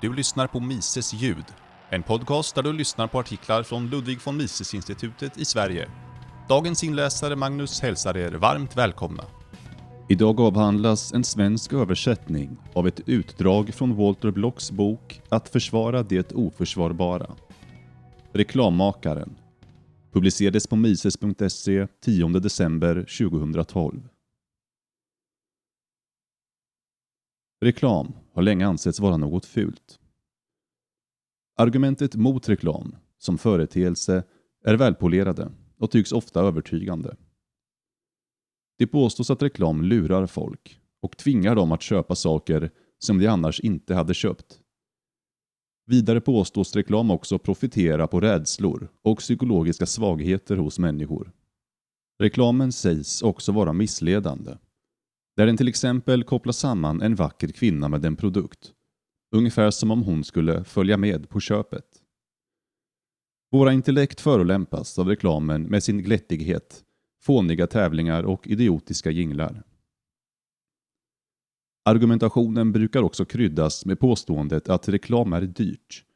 Du lyssnar på Mises ljud, en podcast där du lyssnar på artiklar från Ludwig von Mises-institutet i Sverige. Dagens inläsare Magnus hälsar er varmt välkomna. Idag avhandlas en svensk översättning av ett utdrag från Walter Blocks bok Att försvara det oförsvarbara. Reklammakaren. Publicerades på mises.se 10 december 2012. Reklam har länge ansetts vara något fult. Argumentet mot reklam som företeelse är välpolerade och tycks ofta övertygande. Det påstås att reklam lurar folk och tvingar dem att köpa saker som de annars inte hade köpt. Vidare påstås reklam också profitera på rädslor och psykologiska svagheter hos människor. Reklamen sägs också vara missledande, där den till exempel kopplar samman en vacker kvinna med en produkt, ungefär som om hon skulle följa med på köpet. Våra intellekt förolämpas av reklamen med sin glättighet, fåniga tävlingar och idiotiska jinglar. Argumentationen brukar också kryddas med påståendet att reklam är dyrt.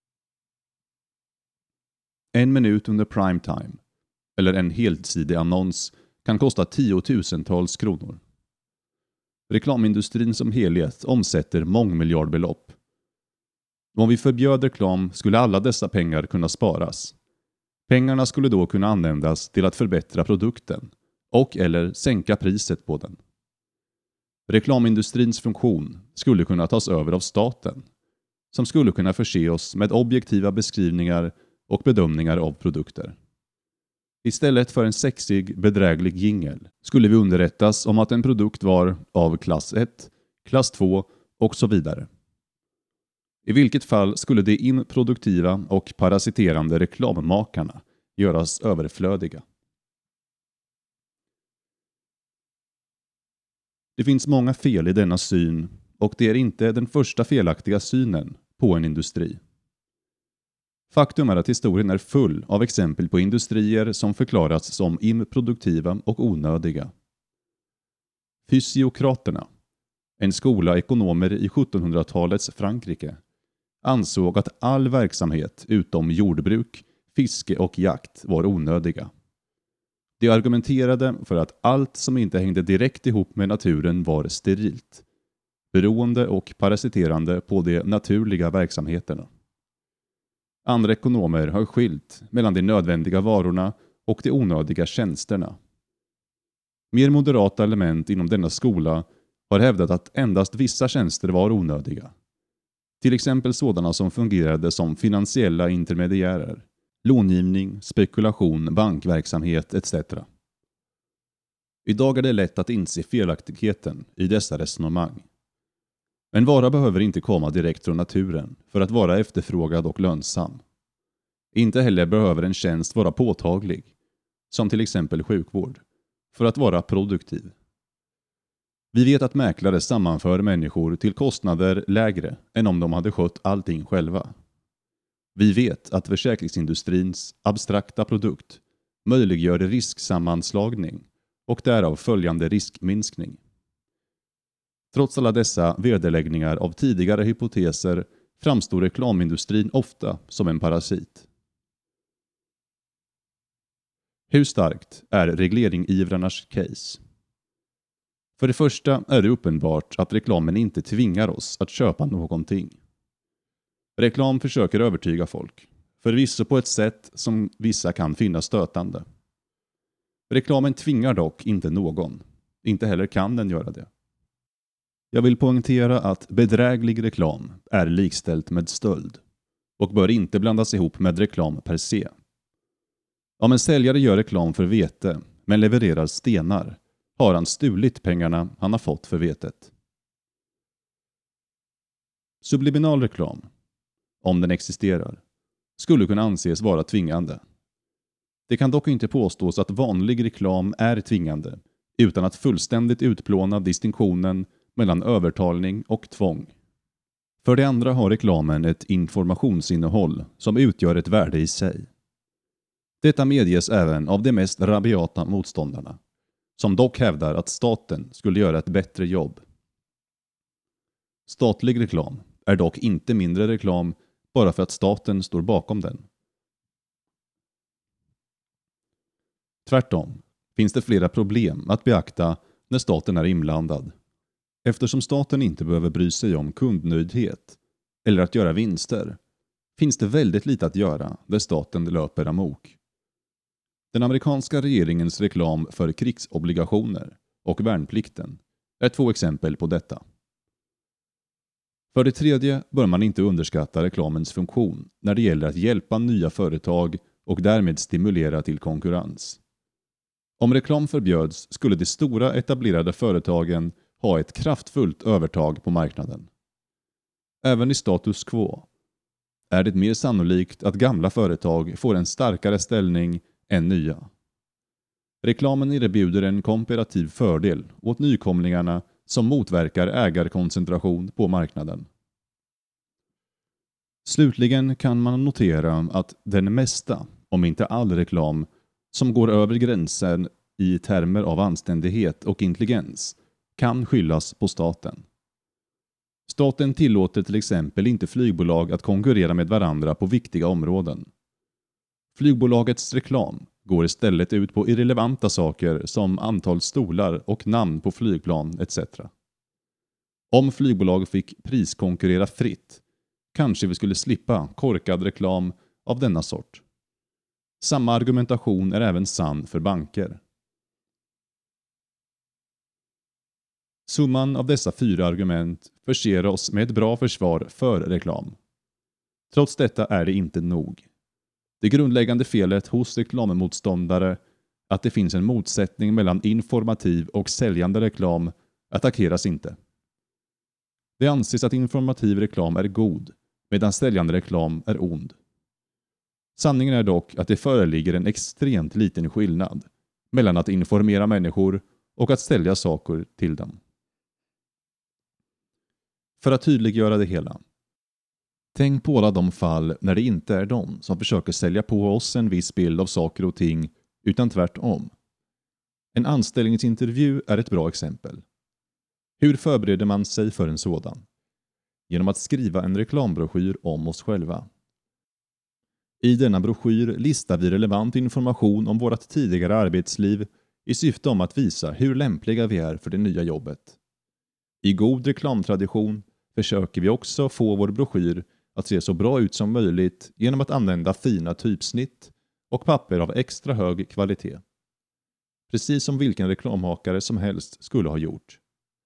1 minut under prime time, eller en helsidig annons, kan kosta 10 000-tals kronor. Reklamindustrin som helhet omsätter mångmiljardbelopp. Om vi förbjöd reklam skulle alla dessa pengar kunna sparas. Pengarna skulle då kunna användas till att förbättra produkten och eller sänka priset på den. Reklamindustrins funktion skulle kunna tas över av staten, som skulle kunna förse oss med objektiva beskrivningar och bedömningar av produkter. Istället för en sexig, bedräglig jingel skulle vi underrättas om att en produkt var av klass 1, klass 2 och så vidare. I vilket fall skulle de improduktiva och parasiterande reklammakarna göras överflödiga. Det finns många fel i denna syn och det är inte den första felaktiga synen på en industri. Faktum är att historien är full av exempel på industrier som förklarats som improduktiva och onödiga. Fysiokraterna, en skola ekonomer i 1700-talets Frankrike, ansåg att all verksamhet utom jordbruk, fiske och jakt var onödiga. De argumenterade för att allt som inte hängde direkt ihop med naturen var sterilt, beroende och parasiterande på de naturliga verksamheterna. Andra ekonomer har skilt mellan de nödvändiga varorna och de onödiga tjänsterna. Mer moderata element inom denna skola har hävdat att endast vissa tjänster var onödiga. Till exempel sådana som fungerade som finansiella intermediärer, långivning, spekulation, bankverksamhet etc. Idag är det lätt att inse felaktigheten i dessa resonemang. En vara behöver inte komma direkt från naturen för att vara efterfrågad och lönsam. Inte heller behöver en tjänst vara påtaglig, som till exempel sjukvård, för att vara produktiv. Vi vet att mäklare sammanför människor till kostnader lägre än om de hade skött allting själva. Vi vet att försäkringsindustrins abstrakta produkt möjliggör risksammanslagning och därav följande riskminskning. Trots alla dessa vederläggningar av tidigare hypoteser framstår reklamindustrin ofta som en parasit. Hur starkt är regleringsivrarnas case? För det första är det uppenbart att reklamen inte tvingar oss att köpa någonting. Reklam försöker övertyga folk, förvisso på ett sätt som vissa kan finna stötande. Reklamen tvingar dock inte någon, inte heller kan den göra det. Jag vill poängtera att bedräglig reklam är likställt med stöld och bör inte blandas ihop med reklam per se. Om en säljare gör reklam för vete men levererar stenar har han stulit pengarna han har fått för vetet. Subliminal reklam, om den existerar, skulle kunna anses vara tvingande. Det kan dock inte påstås att vanlig reklam är tvingande utan att fullständigt utplåna distinktionen mellan övertalning och tvång. För det andra har reklamen ett informationsinnehåll som utgör ett värde i sig. Detta medges även av de mest rabiata motståndarna, som dock hävdar att staten skulle göra ett bättre jobb. Statlig reklam är dock inte mindre reklam bara för att staten står bakom den. Tvärtom finns det flera problem att beakta när staten är inblandad. Eftersom staten inte behöver bry sig om kundnöjdhet eller att göra vinster finns det väldigt lite att göra där staten löper amok. Den amerikanska regeringens reklam för krigsobligationer och värnplikten är 2 exempel på detta. För det tredje bör man inte underskatta reklamens funktion när det gäller att hjälpa nya företag och därmed stimulera till konkurrens. Om reklam förbjöds skulle de stora etablerade företagen ha ett kraftfullt övertag på marknaden. Även i status quo är det mer sannolikt att gamla företag får en starkare ställning än nya. Reklamen erbjuder en komparativ fördel åt nykomlingarna som motverkar ägarkoncentration på marknaden. Slutligen kan man notera att den mesta, om inte all reklam, som går över gränsen i termer av anständighet och intelligens kan skyllas på staten. Staten tillåter till exempel inte flygbolag att konkurrera med varandra på viktiga områden. Flygbolagets reklam går istället ut på irrelevanta saker som antal stolar och namn på flygplan etc. Om flygbolag fick priskonkurrera fritt kanske vi skulle slippa korkad reklam av denna sort. Samma argumentation är även sann för banker. Summan av dessa 4 argument förser oss med ett bra försvar för reklam. Trots detta är det inte nog. Det grundläggande felet hos reklammotståndare, att det finns en motsättning mellan informativ och säljande reklam, attackeras inte. Det anses att informativ reklam är god, medan säljande reklam är ond. Sanningen är dock att det föreligger en extremt liten skillnad mellan att informera människor och att sälja saker till dem. För att tydliggöra det hela. Tänk på alla de fall när det inte är de som försöker sälja på oss en viss bild av saker och ting, utan tvärtom. En anställningsintervju är ett bra exempel. Hur förbereder man sig för en sådan? Genom att skriva en reklambroschyr om oss själva. I denna broschyr listar vi relevant information om vårt tidigare arbetsliv i syfte om att visa hur lämpliga vi är för det nya jobbet. I god reklamtradition försöker vi också få vår broschyr att se så bra ut som möjligt genom att använda fina typsnitt och papper av extra hög kvalitet. Precis som vilken reklammakare som helst skulle ha gjort.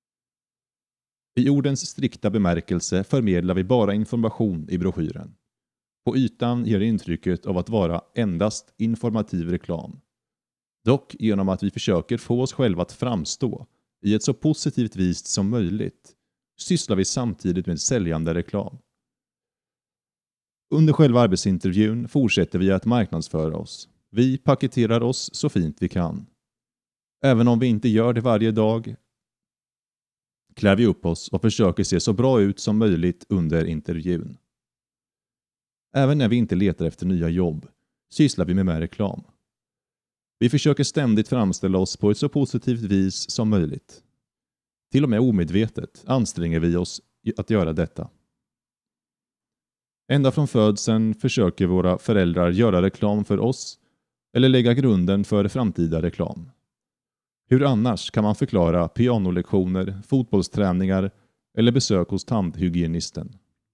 I ordens strikta bemärkelse förmedlar vi bara information i broschyren. På ytan ger det intrycket av att vara endast informativ reklam. Dock genom att vi försöker få oss själva att framstå i ett så positivt vis som möjligt sysslar vi samtidigt med säljande reklam. Under själva arbetsintervjun fortsätter vi att marknadsföra oss. Vi paketerar oss så fint vi kan. Även om vi inte gör det varje dag klär vi upp oss och försöker se så bra ut som möjligt under intervjun. Även när vi inte letar efter nya jobb sysslar vi med reklam. Vi försöker ständigt framställa oss på ett så positivt vis som möjligt. Till och med omedvetet anstränger vi oss att göra detta. Ända från födseln försöker våra föräldrar göra reklam för oss eller lägga grunden för framtida reklam. Hur annars kan man förklara pianolektioner, fotbollsträningar eller besök hos tandhygienisten?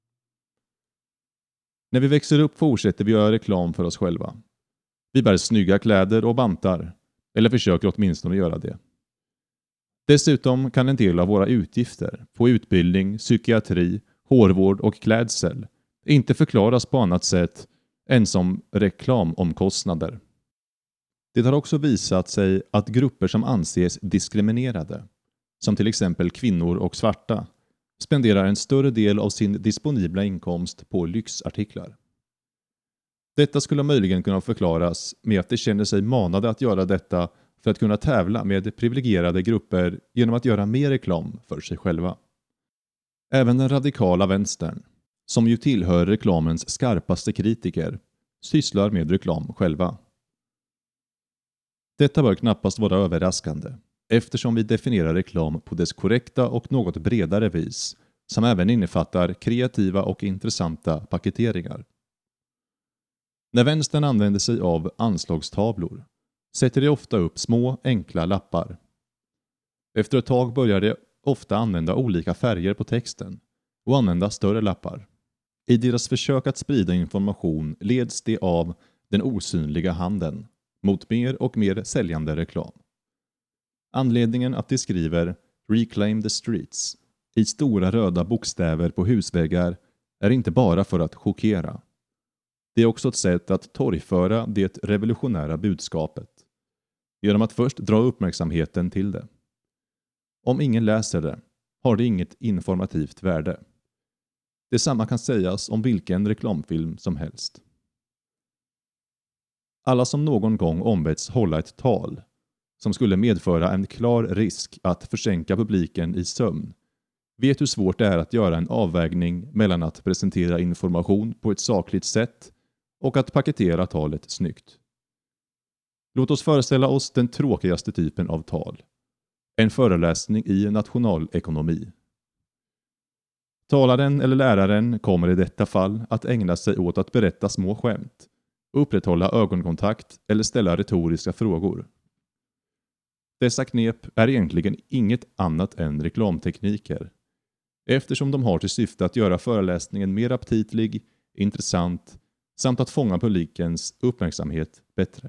När vi växer upp fortsätter vi göra reklam för oss själva. Vi bär snygga kläder och bantar, eller försöker åtminstone göra det. Dessutom kan en del av våra utgifter på utbildning, psykiatri, hårvård och klädsel inte förklaras på annat sätt än som reklamomkostnader. Det har också visat sig att grupper som anses diskriminerade, som till exempel kvinnor och svarta, spenderar en större del av sin disponibla inkomst på lyxartiklar. Detta skulle möjligen kunna förklaras med att de känner sig manade att göra detta för att kunna tävla med privilegierade grupper genom att göra mer reklam för sig själva. Även den radikala vänstern, som ju tillhör reklamens skarpaste kritiker, sysslar med reklam själva. Detta bör knappast vara överraskande, eftersom vi definierar reklam på dess korrekta och något bredare vis som även innefattar kreativa och intressanta paketeringar. När vänstern använder sig av anslagstavlor sätter de ofta upp små, enkla lappar. Efter ett tag börjar de ofta använda olika färger på texten och använda större lappar. I deras försök att sprida information leds de av den osynliga handen mot mer och mer säljande reklam. Anledningen att de skriver "Reclaim the streets" i stora röda bokstäver på husväggar är inte bara för att chockera. Det är också ett sätt att torgföra det revolutionära budskapet genom att först dra uppmärksamheten till det. Om ingen läser det har det inget informativt värde. Detsamma kan sägas om vilken reklamfilm som helst. Alla som någon gång ombetts hålla ett tal som skulle medföra en klar risk att försänka publiken i sömn vet hur svårt det är att göra en avvägning mellan att presentera information på ett sakligt sätt och att paketera talet snyggt. Låt oss föreställa oss den tråkigaste typen av tal. En föreläsning i nationalekonomi. Talaren eller läraren kommer i detta fall att ägna sig åt att berätta små skämt, upprätthålla ögonkontakt eller ställa retoriska frågor. Dessa knep är egentligen inget annat än reklamtekniker, eftersom de har till syfte att göra föreläsningen mer aptitlig, intressant samt att fånga publikens uppmärksamhet bättre.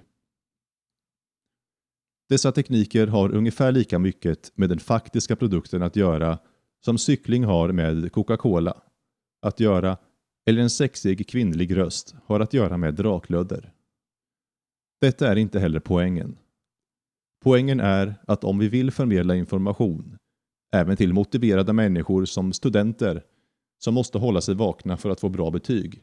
Dessa tekniker har ungefär lika mycket med den faktiska produkten att göra som cykling har med Coca-Cola att göra eller en sexig kvinnlig röst har att göra med draklödder. Detta är inte heller poängen. Poängen är att om vi vill förmedla information, även till motiverade människor som studenter som måste hålla sig vakna för att få bra betyg,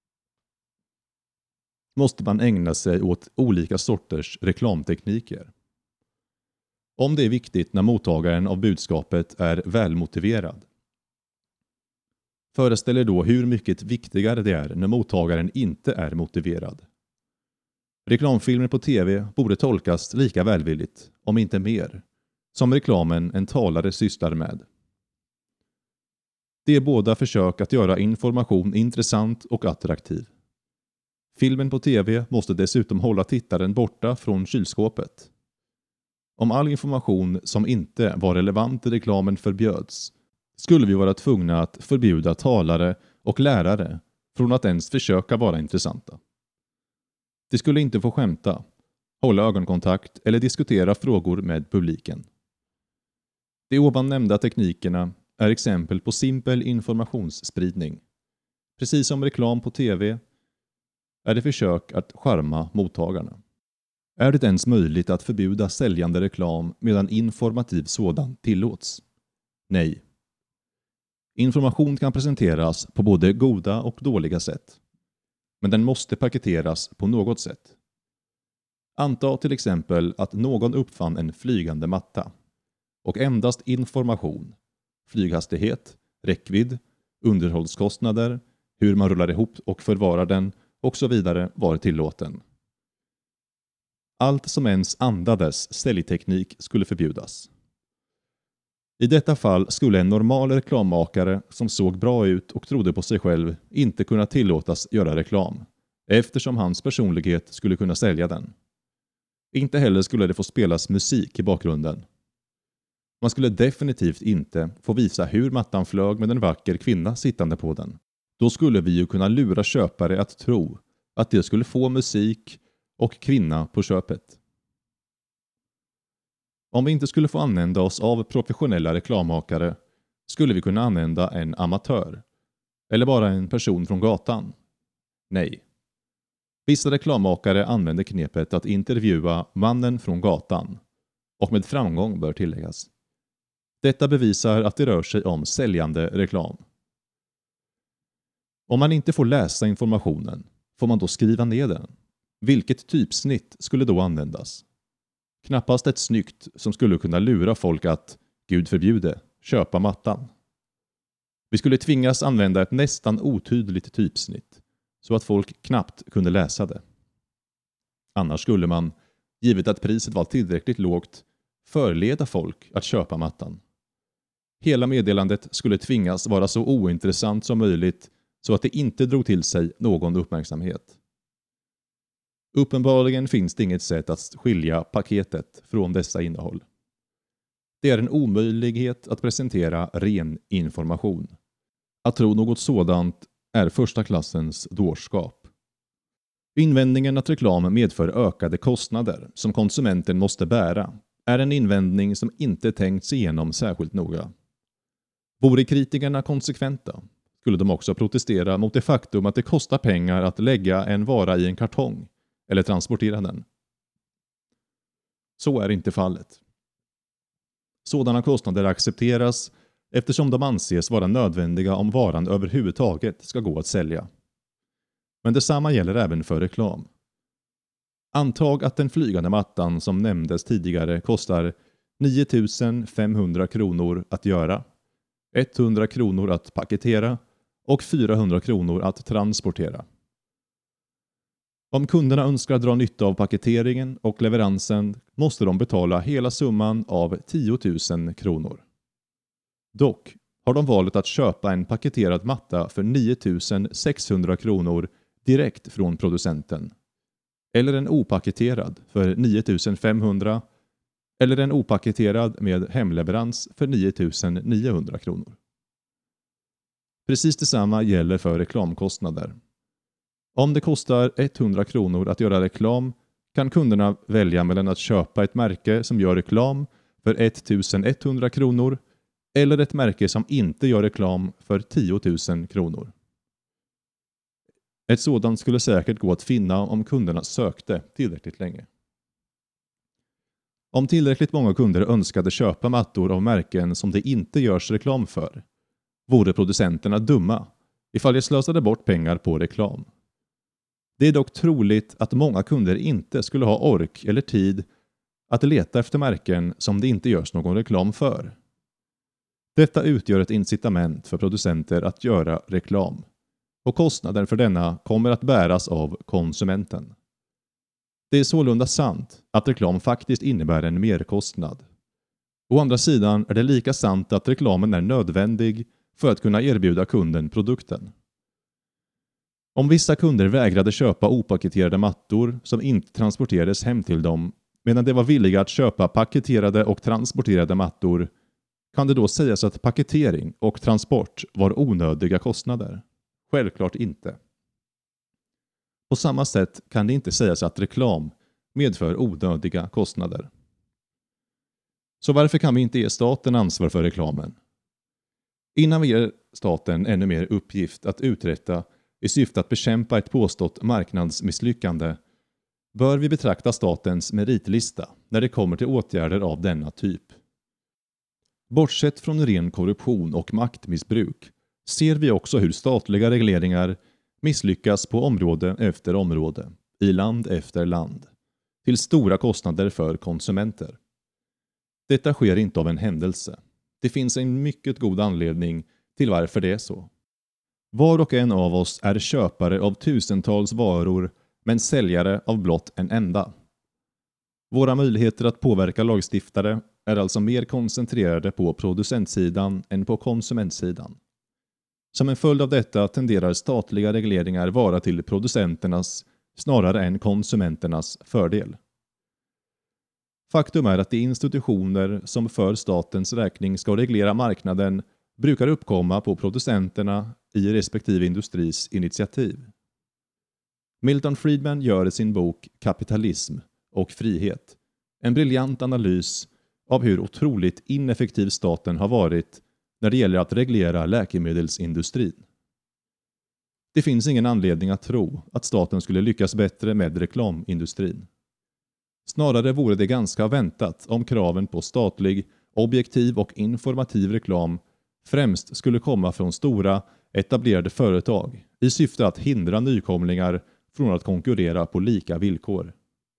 måste man ägna sig åt olika sorters reklamtekniker. Om det är viktigt när mottagaren av budskapet är välmotiverad. Föreställ er då hur mycket viktigare det är när mottagaren inte är motiverad. Reklamfilmer på tv borde tolkas lika välvilligt, om inte mer, som reklamen en talare sysslar med. Det är båda försök att göra information intressant och attraktiv. Filmen på tv måste dessutom hålla tittaren borta från kylskåpet. Om all information som inte var relevant i reklamen förbjöds, skulle vi vara tvungna att förbjuda talare och lärare från att ens försöka vara intressanta. De skulle inte få skämta, hålla ögonkontakt eller diskutera frågor med publiken. De ovan nämnda teknikerna är exempel på simpel informationsspridning. Precis som reklam på tv är det försök att charma mottagarna. Är det ens möjligt att förbjuda säljande reklam medan informativ sådan tillåts? Nej. Information kan presenteras på både goda och dåliga sätt. Men den måste paketeras på något sätt. Anta till exempel att någon uppfann en flygande matta och endast information, flyghastighet, räckvidd, underhållskostnader, hur man rullar ihop och förvarar den och så vidare var tillåten. Allt som ens andades säljteknik skulle förbjudas. I detta fall skulle en normal reklammakare som såg bra ut och trodde på sig själv inte kunna tillåtas göra reklam, eftersom hans personlighet skulle kunna sälja den. Inte heller skulle det få spelas musik i bakgrunden. Man skulle definitivt inte få visa hur mattan flög med en vacker kvinna sittande på den. Då skulle vi ju kunna lura köpare att tro att det skulle få musik och kvinna på köpet. Om vi inte skulle få använda oss av professionella reklammakare skulle vi kunna använda en amatör eller bara en person från gatan. Nej. Vissa reklammakare använder knepet att intervjua mannen från gatan och med framgång bör tilläggas. Detta bevisar att det rör sig om säljande reklam. Om man inte får läsa informationen, får man då skriva ner den? Vilket typsnitt skulle då användas? Knappast ett snyggt som skulle kunna lura folk att, Gud förbjude, köpa mattan. Vi skulle tvingas använda ett nästan otydligt typsnitt så att folk knappt kunde läsa det. Annars skulle man, givet att priset var tillräckligt lågt, förleda folk att köpa mattan. Hela meddelandet skulle tvingas vara så ointressant som möjligt så att det inte drog till sig någon uppmärksamhet. Uppenbarligen finns det inget sätt att skilja paketet från dessa innehåll. Det är en omöjlighet att presentera ren information. Att tro något sådant är första klassens dårskap. Invändningen att reklam medför ökade kostnader som konsumenten måste bära är en invändning som inte tänkts igenom särskilt noga. Vore kritikerna konsekventa skulle de också protestera mot det faktum att det kostar pengar att lägga en vara i en kartong eller transportera den. Så är inte fallet. Sådana kostnader accepteras eftersom de anses vara nödvändiga om varan överhuvudtaget ska gå att sälja. Men detsamma gäller även för reklam. Antag att den flygande mattan som nämndes tidigare kostar 9 500 kronor att göra, 100 kronor att paketera och 400 kronor att transportera. Om kunderna önskar dra nytta av paketeringen och leveransen måste de betala hela summan av 10 000 kronor. Dock har de valet att köpa en paketerad matta för 9 600 kronor direkt från producenten, eller en opaketerad för 9 500 eller en opaketerad med hemleverans för 9 900 kronor. Precis detsamma gäller för reklamkostnader. Om det kostar 100 kronor att göra reklam kan kunderna välja mellan att köpa ett märke som gör reklam för 1100 kronor eller ett märke som inte gör reklam för 10 000 kronor. Ett sådant skulle säkert gå att finna om kunderna sökte tillräckligt länge. Om tillräckligt många kunder önskade köpa mattor av märken som det inte görs reklam för, vore producenterna dumma ifall de slösade bort pengar på reklam. Det är dock troligt att många kunder inte skulle ha ork eller tid att leta efter märken som det inte görs någon reklam för. Detta utgör ett incitament för producenter att göra reklam, och kostnaden för denna kommer att bäras av konsumenten. Det är sålunda sant att reklam faktiskt innebär en merkostnad. Å andra sidan är det lika sant att reklamen är nödvändig för att kunna erbjuda kunden produkten. Om vissa kunder vägrade köpa opaketerade mattor som inte transporterades hem till dem, medan de var villiga att köpa paketerade och transporterade mattor, kan det då sägas att paketering och transport var onödiga kostnader? Självklart inte. På samma sätt kan det inte sägas att reklam medför onödiga kostnader. Så varför kan vi inte ge staten ansvar för reklamen? Innan vi ger staten ännu mer uppgift att uträtta i syfte att bekämpa ett påstått marknadsmisslyckande bör vi betrakta statens meritlista när det kommer till åtgärder av denna typ. Bortsett från ren korruption och maktmissbruk ser vi också hur statliga regleringar misslyckas på område efter område, i land efter land, till stora kostnader för konsumenter. Detta sker inte av en händelse. Det finns en mycket god anledning till varför det är så. Var och en av oss är köpare av tusentals varor men säljare av blott en enda. Våra möjligheter att påverka lagstiftare är alltså mer koncentrerade på producentsidan än på konsumentsidan. Som en följd av detta tenderar statliga regleringar vara till producenternas snarare än konsumenternas fördel. Faktum är att de institutioner som för statens räkning ska reglera marknaden brukar uppkomma på producenterna i respektive industris initiativ. Milton Friedman gör i sin bok Kapitalism och frihet en briljant analys av hur otroligt ineffektiv staten har varit när det gäller att reglera läkemedelsindustrin. Det finns ingen anledning att tro att staten skulle lyckas bättre med reklamindustrin. Snarare vore det ganska väntat om kraven på statlig, objektiv och informativ reklam främst skulle komma från stora, etablerade företag i syfte att hindra nykomlingar från att konkurrera på lika villkor.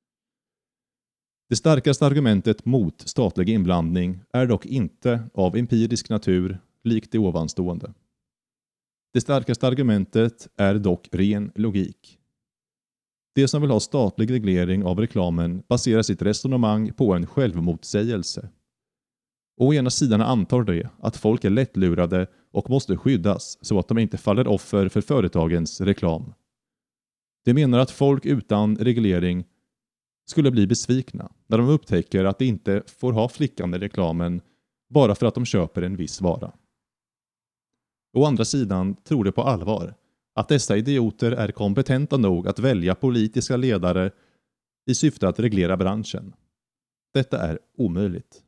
Det starkaste argumentet mot statlig inblandning är dock inte av empirisk natur likt det ovanstående. Det starkaste argumentet är dock ren logik. De som vill ha statlig reglering av reklamen baserar sitt resonemang på en självmotsägelse. Å ena sidan antar det att folk är lättlurade och måste skyddas så att de inte faller offer för företagens reklam. De menar att folk utan reglering skulle bli besvikna när de upptäcker att de inte får ha flickan i reklamen bara för att de köper en viss vara. Å andra sidan tror de på allvar att dessa idioter är kompetenta nog att välja politiska ledare i syfte att reglera branschen. Detta är omöjligt.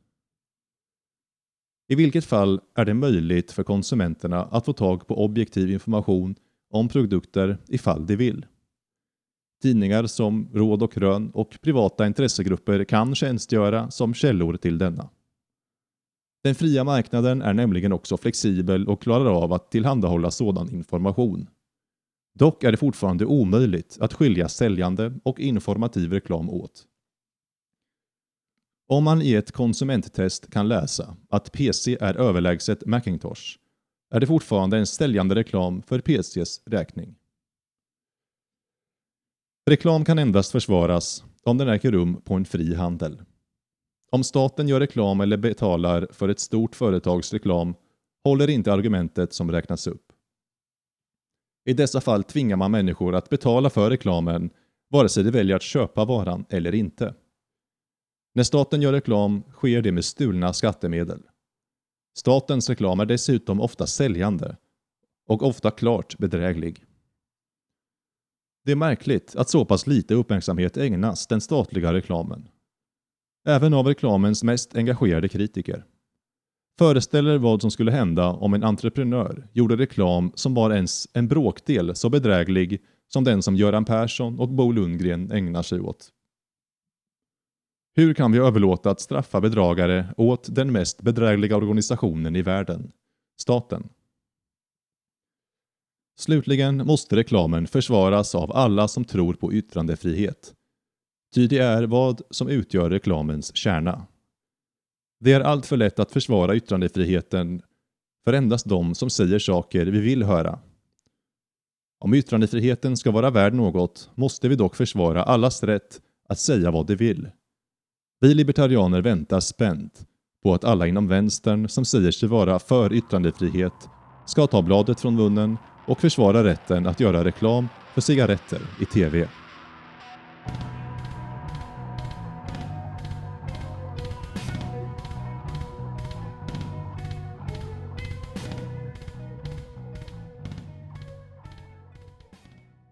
I vilket fall är det möjligt för konsumenterna att få tag på objektiv information om produkter ifall de vill. Tidningar som Råd och Rön och privata intressegrupper kan tjänstgöra som källor till denna. Den fria marknaden är nämligen också flexibel och klarar av att tillhandahålla sådan information. Dock är det fortfarande omöjligt att skilja säljande och informativ reklam åt. Om man i ett konsumenttest kan läsa att PC är överlägset Macintosh, är det fortfarande en säljande reklam för PCs räkning. Reklam kan endast försvaras om den äger rum på en fri handel. Om staten gör reklam eller betalar för ett stort företags reklam håller inte argumentet som räknas upp. I dessa fall tvingar man människor att betala för reklamen vare sig de väljer att köpa varan eller inte. När staten gör reklam sker det med stulna skattemedel. Statens reklam är dessutom ofta säljande och ofta klart bedräglig. Det är märkligt att så pass lite uppmärksamhet ägnas den statliga reklamen. Även av reklamens mest engagerade kritiker. Föreställer vad som skulle hända om en entreprenör gjorde reklam som var ens en bråkdel så bedräglig som den som Göran Persson och Bo Lundgren ägnar sig åt. Hur kan vi överlåta att straffa bedragare åt den mest bedrägliga organisationen i världen, staten? Slutligen måste reklamen försvaras av alla som tror på yttrandefrihet. Ty det är vad som utgör reklamens kärna. Det är allt för lätt att försvara yttrandefriheten för endast de som säger saker vi vill höra. Om yttrandefriheten ska vara värd något måste vi dock försvara allas rätt att säga vad de vill. Vi libertarianer väntar spänt på att alla inom vänstern som säger sig vara för yttrandefrihet ska ta bladet från munnen och försvara rätten att göra reklam för cigaretter i tv.